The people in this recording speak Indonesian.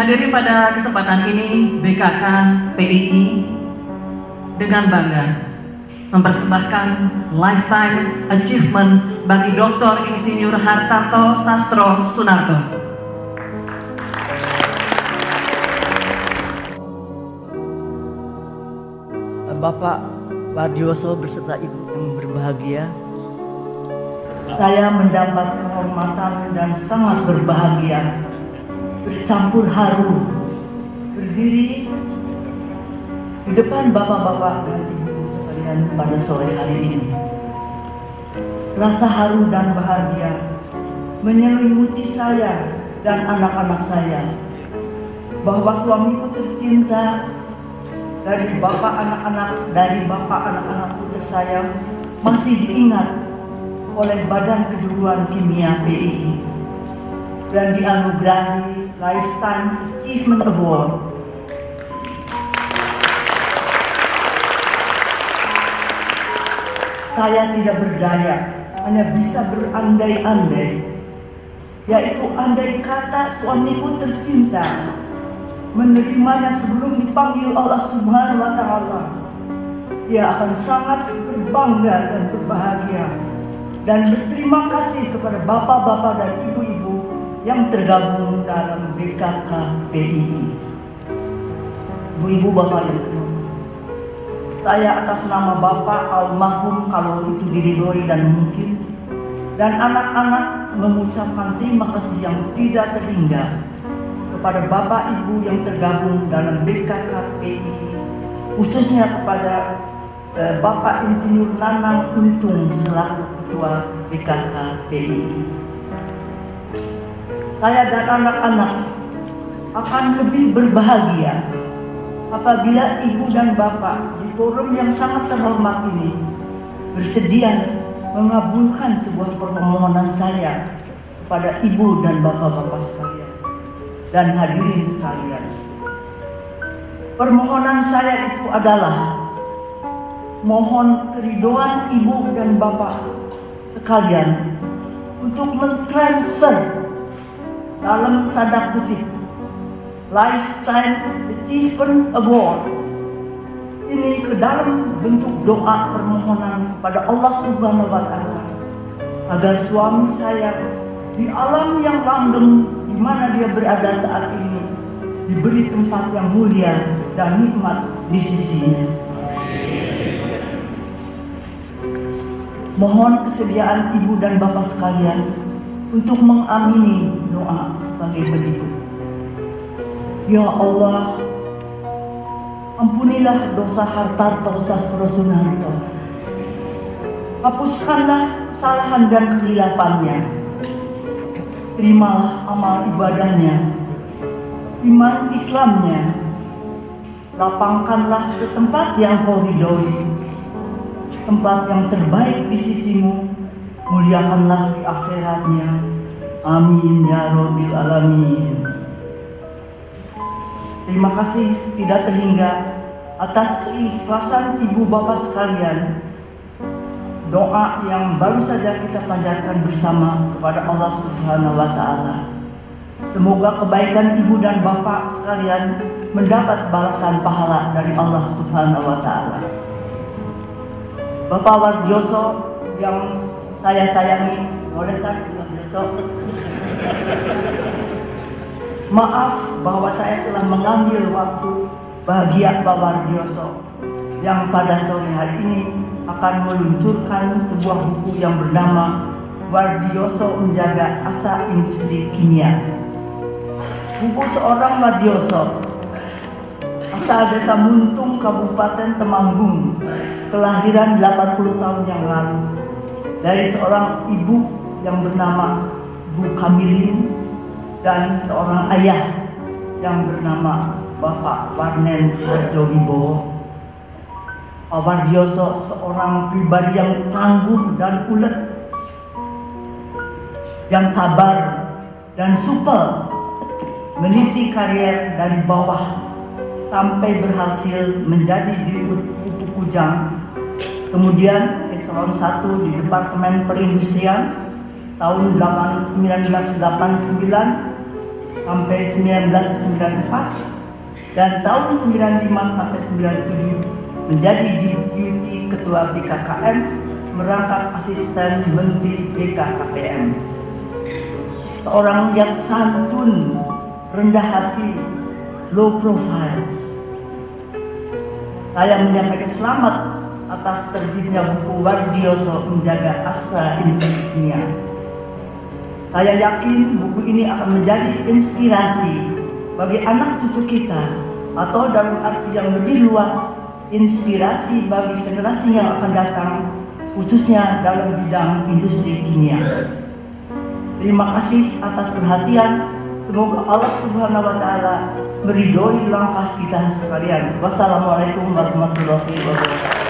hadirin pada kesempatan ini, BKK PII dengan bangga mempersembahkan Lifetime Achievement bagi Dr. Insinyur Hartarto Sastro Sunarto. Bapak Wardioso beserta Ibu yang berbahagia, saya mendapat kehormatan dan sangat berbahagia, bercampur haru, berdiri di depan bapak-bapak dan ibu sekalian pada sore hari ini. Rasa haru dan bahagia menyelimuti saya dan anak-anak saya, bahwa suamiku tercinta dari bapak anak-anakku tersayang masih diingat oleh Badan Kejuruan Kimia PII dan dianugerahi Lifetime Achievement Award. Saya tidak berdaya, hanya bisa berandai-andai, yaitu andai kata suamiku tercinta menerimanya sebelum dipanggil Allah Subhanahu wa Ta'ala, ia akan sangat berbangga dan berbahagia dan berterima kasih kepada bapak-bapak dan ibu-ibu yang tergabung dalam BKK PII. Ibu-ibu, bapak yang terhormat, saya atas nama bapak almarhum, kalau itu diridhoi dan mungkin, dan anak-anak mengucapkan terima kasih yang tidak terhingga kepada bapak ibu yang tergabung dalam BKK PII, khususnya kepada Bapak Insinyur Nanang Untung selaku Ketua BKK PII. Saya dan anak-anak akan lebih berbahagia apabila ibu dan bapak di forum yang sangat terhormat ini bersedia mengabulkan sebuah permohonan saya kepada ibu dan bapak-bapak sekalian dan hadirin sekalian. Permohonan saya itu adalah mohon keridhaan ibu dan bapak sekalian untuk mentransfer dalam tanda kutip Lifetime Achievement Award ini ke dalam bentuk doa permohonan kepada Allah Subhanahu wa Ta'ala, agar suami saya di alam yang langgeng di mana dia berada saat ini diberi tempat yang mulia dan nikmat di sisinya. Mohon kesediaan ibu dan bapak sekalian untuk mengamini doa sebagai berikut. Ya Allah, ampunilah dosa Hartarto Sastro Sunarto. Hapuskanlah kesalahan dan kehilafannya. Terimalah amal ibadahnya, iman Islamnya. Lapangkanlah ke tempat yang kau ridhoi, tempat yang terbaik di sisimu. Muliakanlah di akhiratnya. Amin ya Rabbil Alamin. Terima kasih tidak terhingga atas keikhlasan ibu bapak sekalian. Doa yang baru saja kita panjatkan bersama kepada Allah Subhanahu wa Ta'ala. Semoga kebaikan ibu dan bapak sekalian mendapat balasan pahala dari Allah Subhanahu wa Ta'ala. Bapak Wardioso yang saya sayangi, boleh kan Wardioso? Maaf bahwa saya telah mengambil waktu bahagia Pak Wardioso yang pada sore hari ini akan meluncurkan sebuah buku yang bernama Wardioso Menjaga Asa Industri Kimia. Buku seorang Wardioso, asal desa Muntung, Kabupaten Temanggung, kelahiran 80 tahun yang lalu, dari seorang ibu yang bernama Ibu Kamilin dan seorang ayah yang bernama Bapak Warnen Harjowibowo. Pak Wardioso seorang pribadi yang tangguh dan ulet, yang sabar dan supel, meniti karier dari bawah sampai berhasil menjadi dirut pupuk Kujang, kemudian eselon 1 di Departemen Perindustrian tahun 1989, sampai 1994 dan tahun 95 sampai 97 menjadi Deputi Ketua BKKM merangkap Asisten Menteri BKKPM. Seorang yang santun, rendah hati, low profile. Saya menyampaikan selamat atas terbitnya buku Wardioso Menjaga Astra Industri Kimia. Saya yakin buku ini akan menjadi inspirasi bagi anak cucu kita, atau dalam arti yang lebih luas, inspirasi bagi generasi yang akan datang, khususnya dalam bidang industri kimia. Terima kasih atas perhatian. Semoga Allah Subhanahu wa Ta'ala meridhoi langkah kita sekalian. Wassalamualaikum warahmatullahi wabarakatuh.